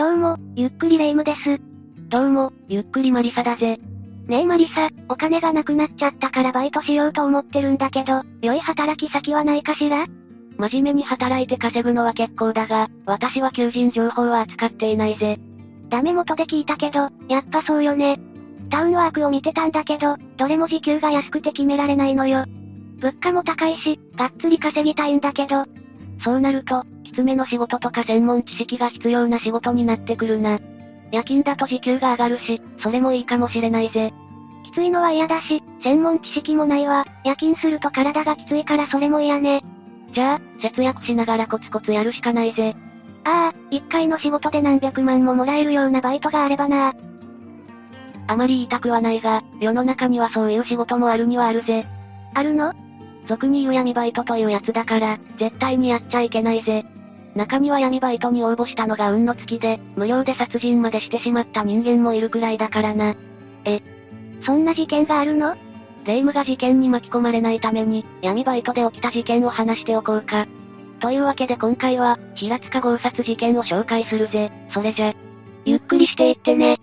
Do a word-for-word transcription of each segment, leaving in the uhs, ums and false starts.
どうも、ゆっくりレ夢ムです。 どうも、ゆっくりマリサだぜ。 ねえマリサ、お金がなくなっちゃったからバイトしようと思ってるんだけど、良い働き先はないかしら？ 真面目に働いて稼ぐのは結構だが、私は求人情報は扱っていないぜ。 ダメ元で聞いたけど、やっぱそうよね。タウンワークを見てたんだけど、どれも時給が安くて決められないのよ。物価も高いし、がっつり稼ぎたいんだけど。 そうなると、きつめの仕事とか専門知識が必要な仕事になってくるな。夜勤だと時給が上がるし、それもいいかもしれないぜ。 きついのは嫌だし、専門知識もないわ。夜勤すると体がきついからそれも嫌ね。 じゃあ、節約しながらコツコツやるしかないぜ。 ああ、一回の仕事で何百万ももらえるようなバイトがあればな。 あまり言いたくはないが、世の中にはそういう仕事もあるにはあるぜ。 あるの？ 俗に言う闇バイトというやつだから、絶対にやっちゃいけないぜ。中には闇バイトに応募したのが運の尽きで、無料で殺人までしてしまった人間もいるくらいだからな。 え、そんな事件があるの？ 霊夢が事件に巻き込まれないために、闇バイトで起きた事件を話しておこうか。というわけで今回は、平塚強殺事件を紹介するぜ。それじゃ、 ゆっくりしていってね。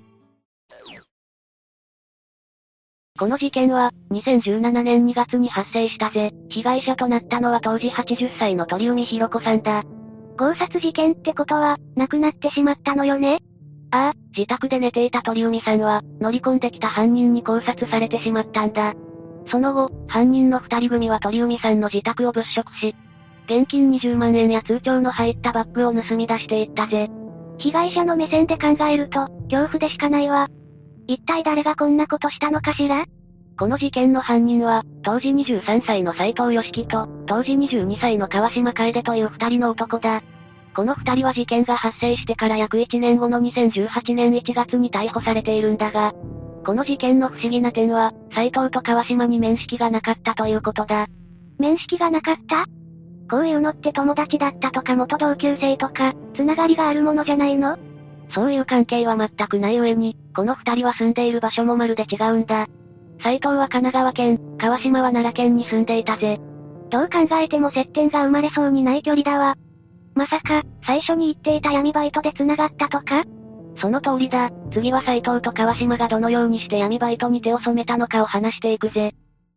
この事件は、にせんじゅうななねんにがつに発生したぜ。被害者となったのは当時はちじゅっさいの鳥海博子さんだ。 強殺事件ってことは、亡くなってしまったのよね？ ああ、自宅で寝ていた鳥海さんは、乗り込んできた犯人に絞殺されてしまったんだ。その後、犯人の二人組は鳥海さんの自宅を物色し、現金にじゅうまんえんや通帳の入ったバッグを盗み出していったぜ。 被害者の目線で考えると、恐怖でしかないわ。一体誰がこんなことしたのかしら？ この事件の犯人は、当時にじゅうさんさいの斉藤義樹と、当時にじゅうにさいの川島楓という二人の男だ。この二人は事件が発生してから約いちねんごのにせんじゅうはちねんいちがつに逮捕されているんだが、この事件の不思議な点は、斉藤と川島に面識がなかったということだ。 面識がなかった？こういうのって友達だったとか元同級生とか、つながりがあるものじゃないの？ そういう関係は全くない上に、この二人は住んでいる場所もまるで違うんだ。斉藤は神奈川県、川島は奈良県に住んでいたぜ。 どう考えても接点が生まれそうにない距離だわ。まさか、最初に言っていた闇バイトで繋がったとか？ その通りだ。次は斉藤と川島がどのようにして闇バイトに手を染めたのかを話していくぜ。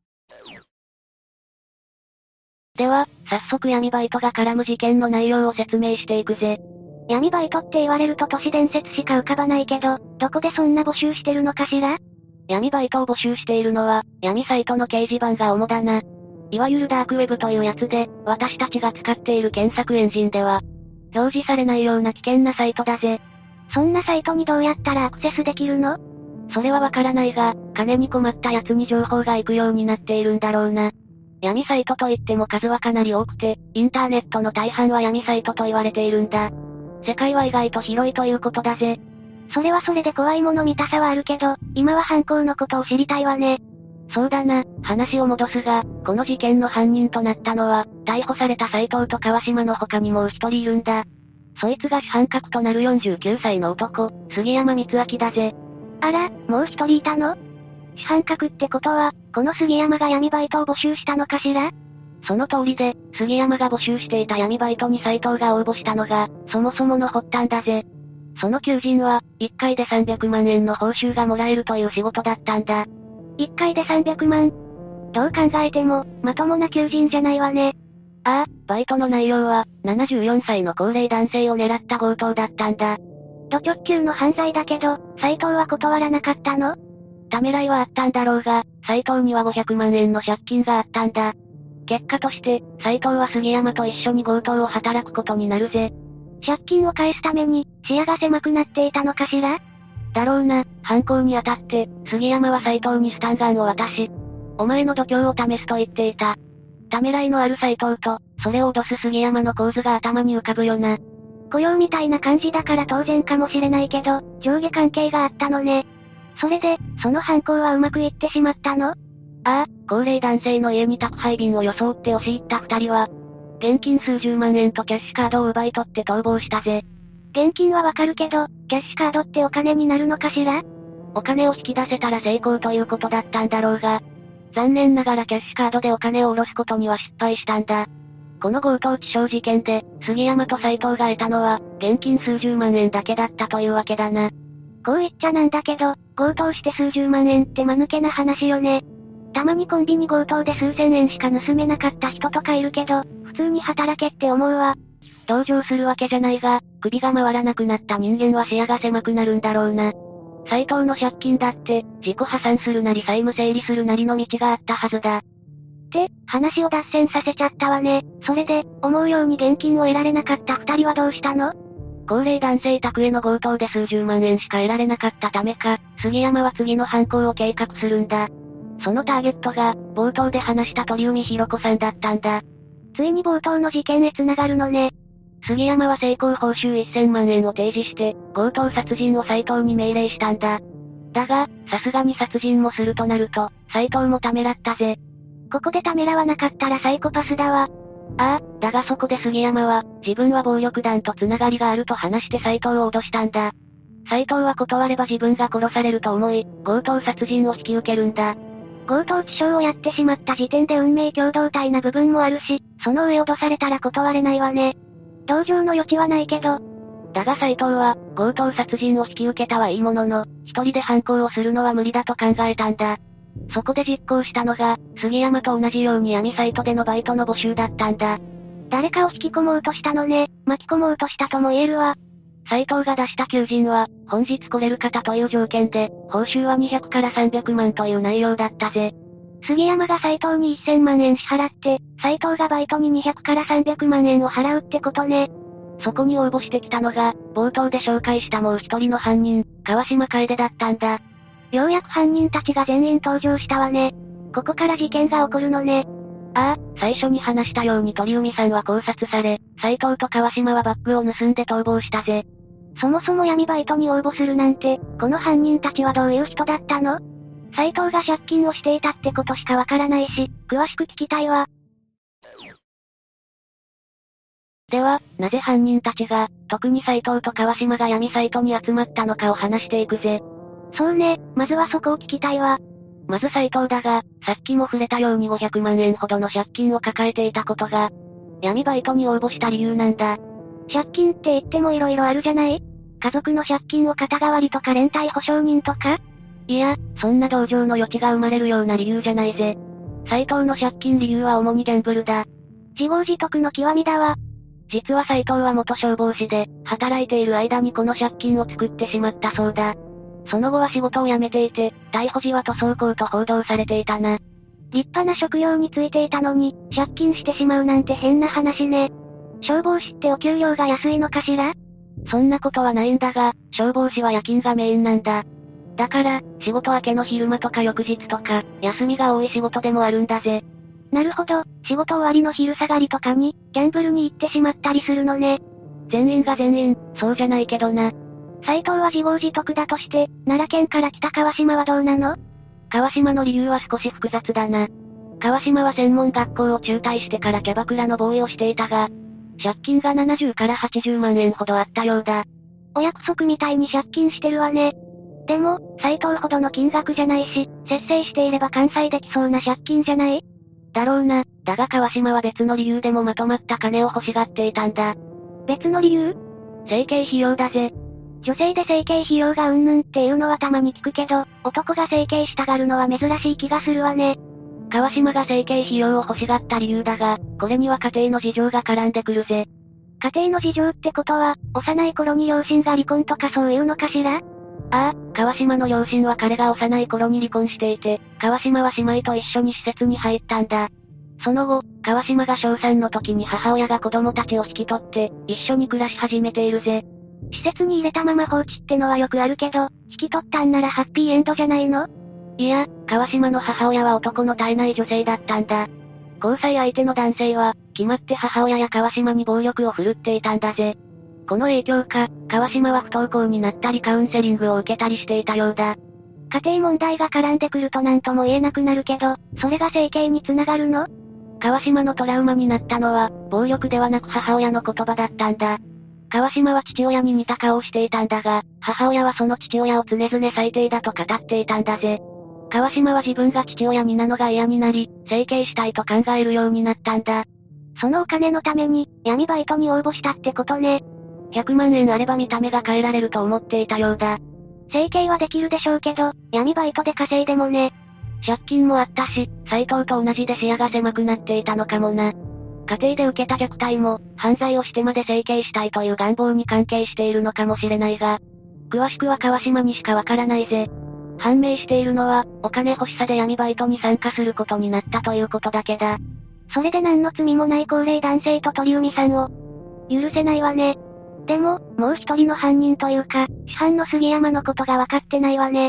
では、早速闇バイトが絡む事件の内容を説明していくぜ。 闇バイトって言われると都市伝説しか浮かばないけど、どこでそんな募集してるのかしら？ 闇バイトを募集しているのは、闇サイトの掲示板が主だな。いわゆるダークウェブというやつで、私たちが使っている検索エンジンでは、表示されないような危険なサイトだぜ。 そんなサイトにどうやったらアクセスできるの？ それはわからないが、金に困った奴に情報が行くようになっているんだろうな。闇サイトといっても数はかなり多くて、インターネットの大半は闇サイトと言われているんだ。世界は意外と広いということだぜ。 それはそれで怖いもの見たさはあるけど、今は犯行のことを知りたいわね。 そうだな、話を戻すが、この事件の犯人となったのは、逮捕された斉藤と川島の他にもう一人いるんだ。そいつが主犯格となるよんじゅうきゅうさいの男、杉山光明だぜ。 あら、もう一人いたの？主犯格ってことは、この杉山が闇バイトを募集したのかしら？ その通りで、杉山が募集していた闇バイトに斉藤が応募したのが、そもそもの発端だぜ。その求人は、いっかいでさんびゃくまんえんの報酬がもらえるという仕事だったんだ。 いっかいでさんびゃくまん？どう考えても、まともな求人じゃないわね。 ああ、バイトの内容は、ななじゅうよんさいの高齢男性を狙った強盗だったんだ。 ド直球の犯罪だけど、斉藤は断らなかったの？ ためらいはあったんだろうが、斉藤にはごひゃくまんえんの借金があったんだ。結果として、斉藤は杉山と一緒に強盗を働くことになるぜ。 借金を返すために、視野が狭くなっていたのかしら？ だろうな、犯行にあたって、杉山は斉藤にスタンガンを渡し、お前の度胸を試すと言っていた。ためらいのある斉藤と、それを脅す杉山の構図が頭に浮かぶよな。 雇用みたいな感じだから当然かもしれないけど、上下関係があったのね。それで、その犯行はうまくいってしまったの？ ああ、高齢男性の家に宅配便を装って押し入った二人は、現金数十万円とキャッシュカードを奪い取って逃亡したぜ。 現金はわかるけど、キャッシュカードってお金になるのかしら？ お金を引き出せたら成功ということだったんだろうが、残念ながらキャッシュカードでお金を下ろすことには失敗したんだ。 この強盗致傷事件で、杉山と斉藤が得たのは、現金数十万円だけだったというわけだな。 こう言っちゃなんだけど、強盗して数十万円って間抜けな話よね。たまにコンビニ強盗で数千円しか盗めなかった人とかいるけど、普通に働けって思うわ。 同情するわけじゃないが、首が回らなくなった人間は視野が狭くなるんだろうな。斉藤の借金だって、自己破産するなり債務整理するなりの道があったはずだ。 って、話を脱線させちゃったわね。それで、思うように現金を得られなかった二人はどうしたの？ 高齢男性宅への強盗で数十万円しか得られなかったためか、杉山は次の犯行を計画するんだ。そのターゲットが、冒頭で話した鳥海博子さんだったんだ。 ついに冒頭の事件へ繋がるのね。 杉山は成功報酬せんまんえんを提示して、強盗殺人を斉藤に命令したんだ。だが、さすがに殺人もするとなると、斉藤もためらったぜ。 ここでためらわなかったらサイコパスだわ。 ああ、だがそこで杉山は、自分は暴力団とつながりがあると話して斉藤を脅したんだ。斉藤は断れば自分が殺されると思い、強盗殺人を引き受けるんだ。 強盗致傷をやってしまった時点で運命共同体な部分もあるし、その上脅されたら断れないわね。同情の余地はないけど。 だが斉藤は、強盗殺人を引き受けたはいいものの、一人で犯行をするのは無理だと考えたんだ。そこで実行したのが、杉山と同じように闇サイトでのバイトの募集だったんだ。 誰かを引き込もうとしたのね。巻き込もうとしたとも言えるわ。 斉藤が出した求人は、本日来れる方という条件で、報酬はにひゃくからさんびゃくまんという内容だったぜ。 杉山が斉藤にせんまんえん支払って、斉藤がバイトににひゃくからさんびゃくまんえんを払うってことね。 そこに応募してきたのが、冒頭で紹介したもう一人の犯人、川島楓だったんだ。 ようやく犯人たちが全員登場したわね。ここから事件が起こるのね。 ああ、最初に話したように鳥海さんは考察され、斉藤と川島はバッグを盗んで逃亡したぜ。 そもそも闇バイトに応募するなんて、この犯人たちはどういう人だったの？斉藤が借金をしていたってことしかわからないし、詳しく聞きたいわ。 では、なぜ犯人たちが、特に斉藤と川島が闇サイトに集まったのかを話していくぜ。 そうね、まずはそこを聞きたいわ。 まず斉藤だが、さっきも触れたようにごひゃくまんえんほどの借金を抱えていたことが、闇バイトに応募した理由なんだ。 借金って言っても色々あるじゃない？家族の借金を肩代わりとか連帯保証人とか？ いや、そんな同情の余地が生まれるような理由じゃないぜ。斉藤の借金理由は主にギャンブルだ。 自業自得の極みだわ。 実は斉藤は元消防士で、働いている間にこの借金を作ってしまったそうだ。その後は仕事を辞めていて、逮捕時は塗装工と報道されていたな。 立派な職業に就いていたのに、借金してしまうなんて変な話ね。消防士ってお給料が安いのかしら？ そんなことはないんだが、消防士は夜勤がメインなんだ。だから、仕事明けの昼間とか翌日とか、休みが多い仕事でもあるんだぜ。 なるほど、仕事終わりの昼下がりとかに、ギャンブルに行ってしまったりするのね。 全員が全員、そうじゃないけどな。 斉藤は自業自得だとして、奈良県から来た川島はどうなの？ 川島の理由は少し複雑だな。川島は専門学校を中退してからキャバクラのボーイをしていたが、借金がななじゅうからはちじゅうまんえんほどあったようだ。 お約束みたいに借金してるわね。でも、斉藤ほどの金額じゃないし、節制していれば完済できそうな借金じゃない？ だろうな。だが川島は別の理由でもまとまった金を欲しがっていたんだ。 別の理由？ 整形費用だぜ。 女性で整形費用がうんぬんっていうのはたまに聞くけど、男が整形したがるのは珍しい気がするわね。 川島が整形費用を欲しがった理由だが、これには家庭の事情が絡んでくるぜ。 家庭の事情ってことは、幼い頃に両親が離婚とかそういうのかしら？ ああ、川島の両親は彼が幼い頃に離婚していて、川島は姉妹と一緒に施設に入ったんだ。その後、川島がしょうさんの時に母親が子供たちを引き取って、一緒に暮らし始めているぜ。 施設に入れたまま放置ってのはよくあるけど、引き取ったんならハッピーエンドじゃないの？ いや、川島の母親は男の絶えない女性だったんだ。交際相手の男性は、決まって母親や川島に暴力を振るっていたんだぜ。この影響か、川島は不登校になったりカウンセリングを受けたりしていたようだ。 家庭問題が絡んでくるとなんとも言えなくなるけど、それが整形につながるの？ 川島のトラウマになったのは、暴力ではなく母親の言葉だったんだ。川島は父親に似た顔をしていたんだが、母親はその父親を常々最低だと語っていたんだぜ。川島は自分が父親になのが嫌になり、整形したいと考えるようになったんだ。 そのお金のために、闇バイトに応募したってことね。 ひゃくまんえんあれば見た目が変えられると思っていたようだ。 整形はできるでしょうけど、闇バイトで稼いでもね。 借金もあったし、斎藤と同じで視野が狭くなっていたのかもな。家庭で受けた虐待も、犯罪をしてまで整形したいという願望に関係しているのかもしれないが、詳しくは川島にしかわからないぜ。判明しているのは、お金欲しさで闇バイトに参加することになったということだけだ。 それで何の罪もない高齢男性と鳥海さんを、許せないわね。でも、もう一人の犯人というか、主犯の杉山のことが分かってないわね。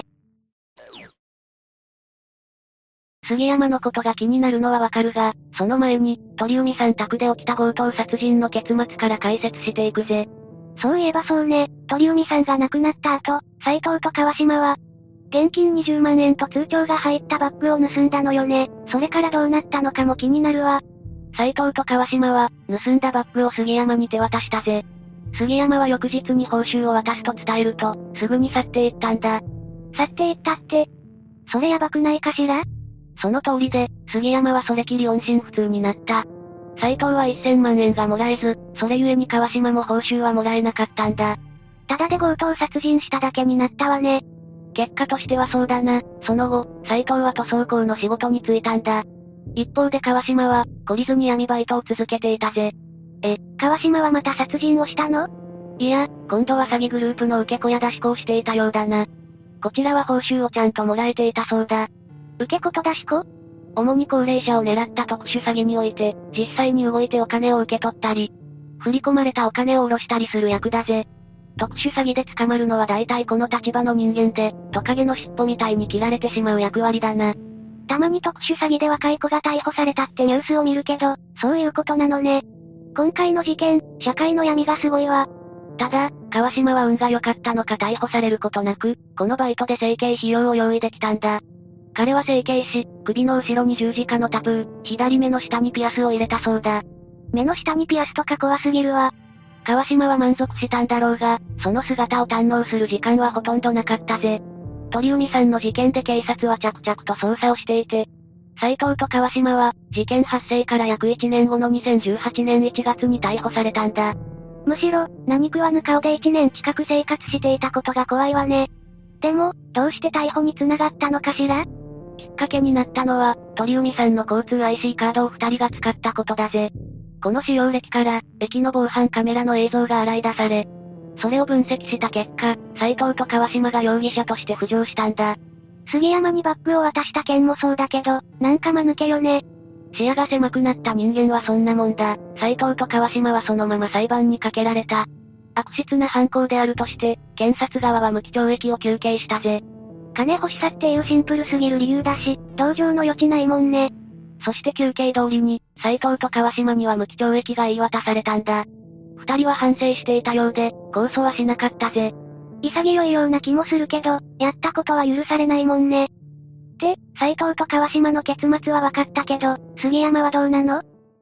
杉山のことが気になるのはわかるが、その前に、鳥海さん宅で起きた強盗殺人の結末から解説していくぜ。 そういえばそうね、鳥海さんが亡くなった後、斎藤と川島は、現金にじゅうまんえんと通帳が入ったバッグを盗んだのよね。それからどうなったのかも気になるわ。 斎藤と川島は、盗んだバッグを杉山に手渡したぜ。杉山は翌日に報酬を渡すと伝えると、すぐに去っていったんだ。 去っていったって、それやばくないかしら？ その通りで、杉山はそれきり音信不通になった。斎藤はせんまんえんがもらえず、それゆえに川島も報酬はもらえなかったんだ。 ただで強盗殺人しただけになったわね。 結果としてはそうだな。その後、斎藤は塗装工の仕事に就いたんだ。一方で川島は、懲りずに闇バイトを続けていたぜ。 え、川島はまた殺人をしたの？ いや、今度は詐欺グループの受け子や出し子をしていたようだな。こちらは報酬をちゃんともらえていたそうだ。 受け子と出し子？ 主に高齢者を狙った特殊詐欺において、実際に動いてお金を受け取ったり、振り込まれたお金を下ろしたりする役だぜ。特殊詐欺で捕まるのは大体この立場の人間で、トカゲの尻尾みたいに切られてしまう役割だな。 たまに特殊詐欺で若い子が逮捕されたってニュースを見るけど、そういうことなのね。今回の事件、社会の闇がすごいわ。 ただ、川島は運が良かったのか逮捕されることなく、このバイトで整形費用を用意できたんだ。彼は整形し、首の後ろに十字架のタトゥー、左目の下にピアスを入れたそうだ。 目の下にピアスとか怖すぎるわ。 川島は満足したんだろうが、その姿を堪能する時間はほとんどなかったぜ。鳥海さんの事件で警察は着々と捜査をしていて、斎藤と川島は、事件発生から約いちねんごのにせんじゅうはちねんいちがつに逮捕されたんだ。 むしろ、何食わぬ顔でいちねん近く生活していたことが怖いわね。でも、どうして逮捕に繋がったのかしら？ きっかけになったのは、鳥海さんの交通 アイシー カードを二人が使ったことだぜ。この使用歴から、駅の防犯カメラの映像が洗い出され、それを分析した結果、斎藤と川島が容疑者として浮上したんだ。 杉山にバッグを渡した件もそうだけど、なんか間抜けよね。 視野が狭くなった人間はそんなもんだ。斎藤と川島はそのまま裁判にかけられた。悪質な犯行であるとして、検察側は無期懲役を求刑したぜ。 金欲しさっていうシンプルすぎる理由だし、同情の余地ないもんね。 そして求刑通りに、斎藤と川島には無期懲役が言い渡されたんだ。二人は反省していたようで、控訴はしなかったぜ。 潔いような気もするけど、やったことは許されないもんね。で、斎藤と川島の結末は分かったけど、杉山はどうなの？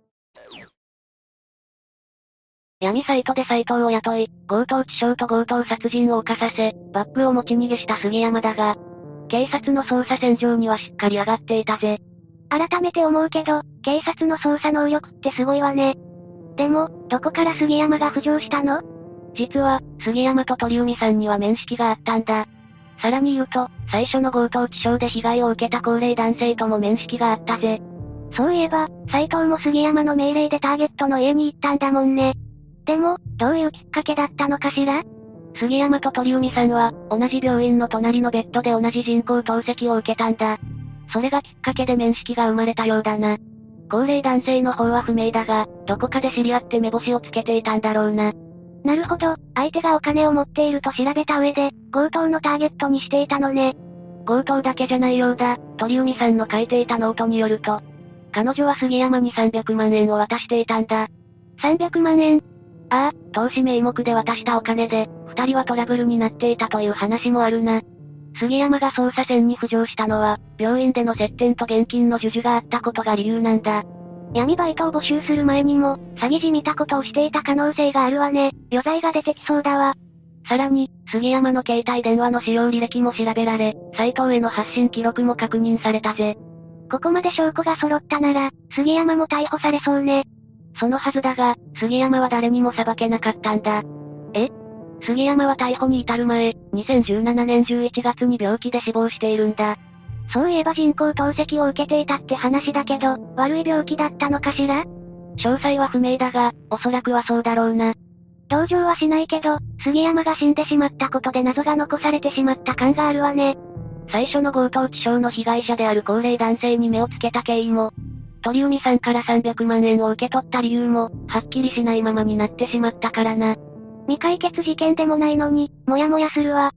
闇サイトで斎藤を雇い、強盗致傷と強盗殺人を犯させ、バッグを持ち逃げした杉山だが、警察の捜査線上にはしっかり上がっていたぜ。 改めて思うけど、警察の捜査能力ってすごいわね。でも、どこから杉山が浮上したの？ 実は、杉山と鳥海さんには面識があったんだ。さらに言うと、最初の強盗致傷で被害を受けた高齢男性とも面識があったぜ。 そういえば、斎藤も杉山の命令でターゲットの家に行ったんだもんね。でも、どういうきっかけだったのかしら？ 杉山と鳥海さんは、同じ病院の隣のベッドで同じ人工透析を受けたんだ。それがきっかけで面識が生まれたようだな。高齢男性の方は不明だが、どこかで知り合って目星をつけていたんだろうな。 なるほど、相手がお金を持っていると調べた上で、強盗のターゲットにしていたのね。 強盗だけじゃないようだ。鳥海さんの書いていたノートによると、彼女は杉山にさんびゃくまんえんを渡していたんだ。 さんびゃくまんえん？ ああ、投資名目で渡したお金で、二人はトラブルになっていたという話もあるな。杉山が捜査線に浮上したのは、病院での接点と現金の授受があったことが理由なんだ。 闇バイトを募集する前にも、詐欺じみたことをしていた可能性があるわね。余罪が出てきそうだわ。 さらに、杉山の携帯電話の使用履歴も調べられ、斎藤への発信記録も確認されたぜ。 ここまで証拠が揃ったなら、杉山も逮捕されそうね。 そのはずだが、杉山は誰にも裁けなかったんだ。え？杉山は逮捕に至る前、にせんじゅうななねんじゅういちがつに病気で死亡しているんだ。 そういえば人工透析を受けていたって話だけど、悪い病気だったのかしら？ 詳細は不明だが、おそらくはそうだろうな。 同情はしないけど、杉山が死んでしまったことで謎が残されてしまった感があるわね。 最初の強盗致傷の被害者である高齢男性に目をつけた経緯も、鳥海さんからさんびゃくまんえんを受け取った理由も、はっきりしないままになってしまったからな。 未解決事件でもないのに、もやもやするわ。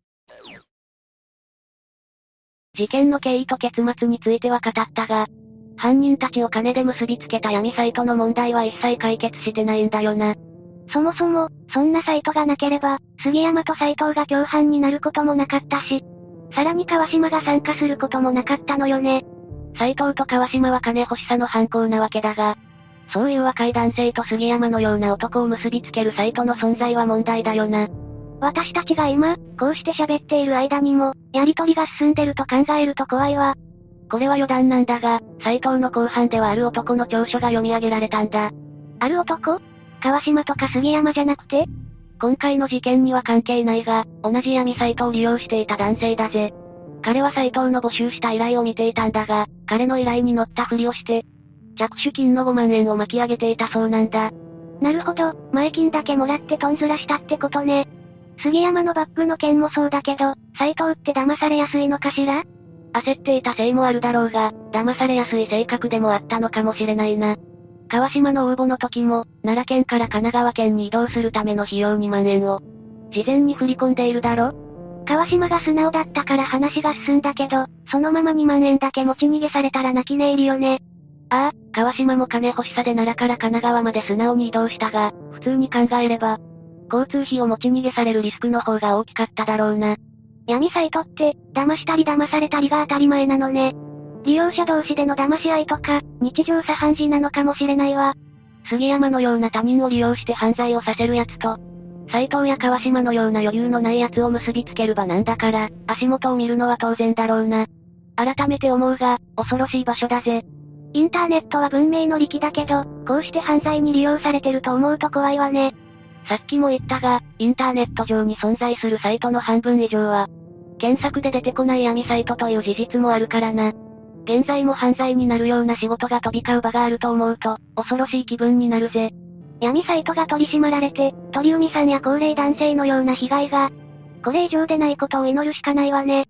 事件の経緯と結末については語ったが、犯人たちを金で結びつけた闇サイトの問題は一切解決してないんだよな。 そもそも、そんなサイトがなければ、杉山と斉藤が共犯になることもなかったし、さらに川島が参加することもなかったのよね。 斉藤と川島は金欲しさの犯行なわけだが、そういう若い男性と杉山のような男を結びつけるサイトの存在は問題だよな。 私たちが今、こうして喋っている間にも、やりとりが進んでると考えると怖いわ。 これは余談なんだが、斉藤の公判ではある男の調書が読み上げられたんだ。 ある男？川島とか杉山じゃなくて？ 今回の事件には関係ないが、同じ闇サイトを利用していた男性だぜ。彼は斉藤の募集した依頼を見ていたんだが、彼の依頼に乗ったふりをして、着手金のごまんえんを巻き上げていたそうなんだ。 なるほど、前金だけもらってトンズラしたってことね。杉山のバッグの件もそうだけど、斉藤って騙されやすいのかしら？ 焦っていたせいもあるだろうが、騙されやすい性格でもあったのかもしれないな。川島の応募の時も、奈良県から神奈川県に移動するための費用にまんえんを、事前に振り込んでいるだろ？ 川島が素直だったから話が進んだけど、そのままにまんえんだけ持ち逃げされたら泣き寝入りよね。 ああ、川島も金欲しさで奈良から神奈川まで素直に移動したが、普通に考えれば、交通費を持ち逃げされるリスクの方が大きかっただろうな。 闇サイトって、騙したり騙されたりが当たり前なのね。利用者同士での騙し合いとか、日常茶飯事なのかもしれないわ。 杉山のような他人を利用して犯罪をさせる奴と、斉藤や川島のような余裕のない奴を結びつける場なんだから、足元を見るのは当然だろうな。改めて思うが、恐ろしい場所だぜ。 インターネットは文明の利器だけど、こうして犯罪に利用されてると思うと怖いわね。 さっきも言ったが、インターネット上に存在するサイトの半分以上は、検索で出てこない闇サイトという事実もあるからな。現在も犯罪になるような仕事が飛び交う場があると思うと、恐ろしい気分になるぜ。 闇サイトが取り締まられて、鳥海さんや高齢男性のような被害が、これ以上でないことを祈るしかないわね。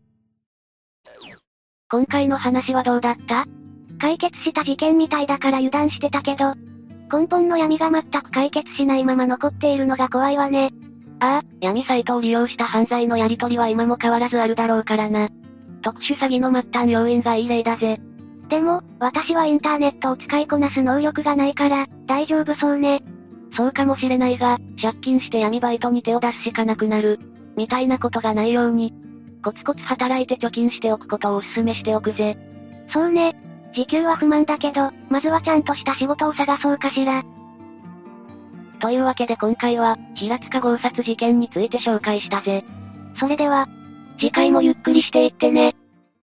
今回の話はどうだった？ 解決した事件みたいだから油断してたけど、根本の闇が全く解決しないまま残っているのが怖いわね。 ああ、闇サイトを利用した犯罪のやり取りは今も変わらずあるだろうからな。特殊詐欺の末端要因がいい例だぜ。 でも、私はインターネットを使いこなす能力がないから、大丈夫そうね。 そうかもしれないが、借金して闇バイトに手を出すしかなくなる、みたいなことがないように、コツコツ働いて貯金しておくことをお勧めしておくぜ。 そうね。時給は不満だけど、まずはちゃんとした仕事を探そうかしら。 というわけで今回は、平塚強殺事件について紹介したぜ。 それでは、 次回もゆっくりしていってね。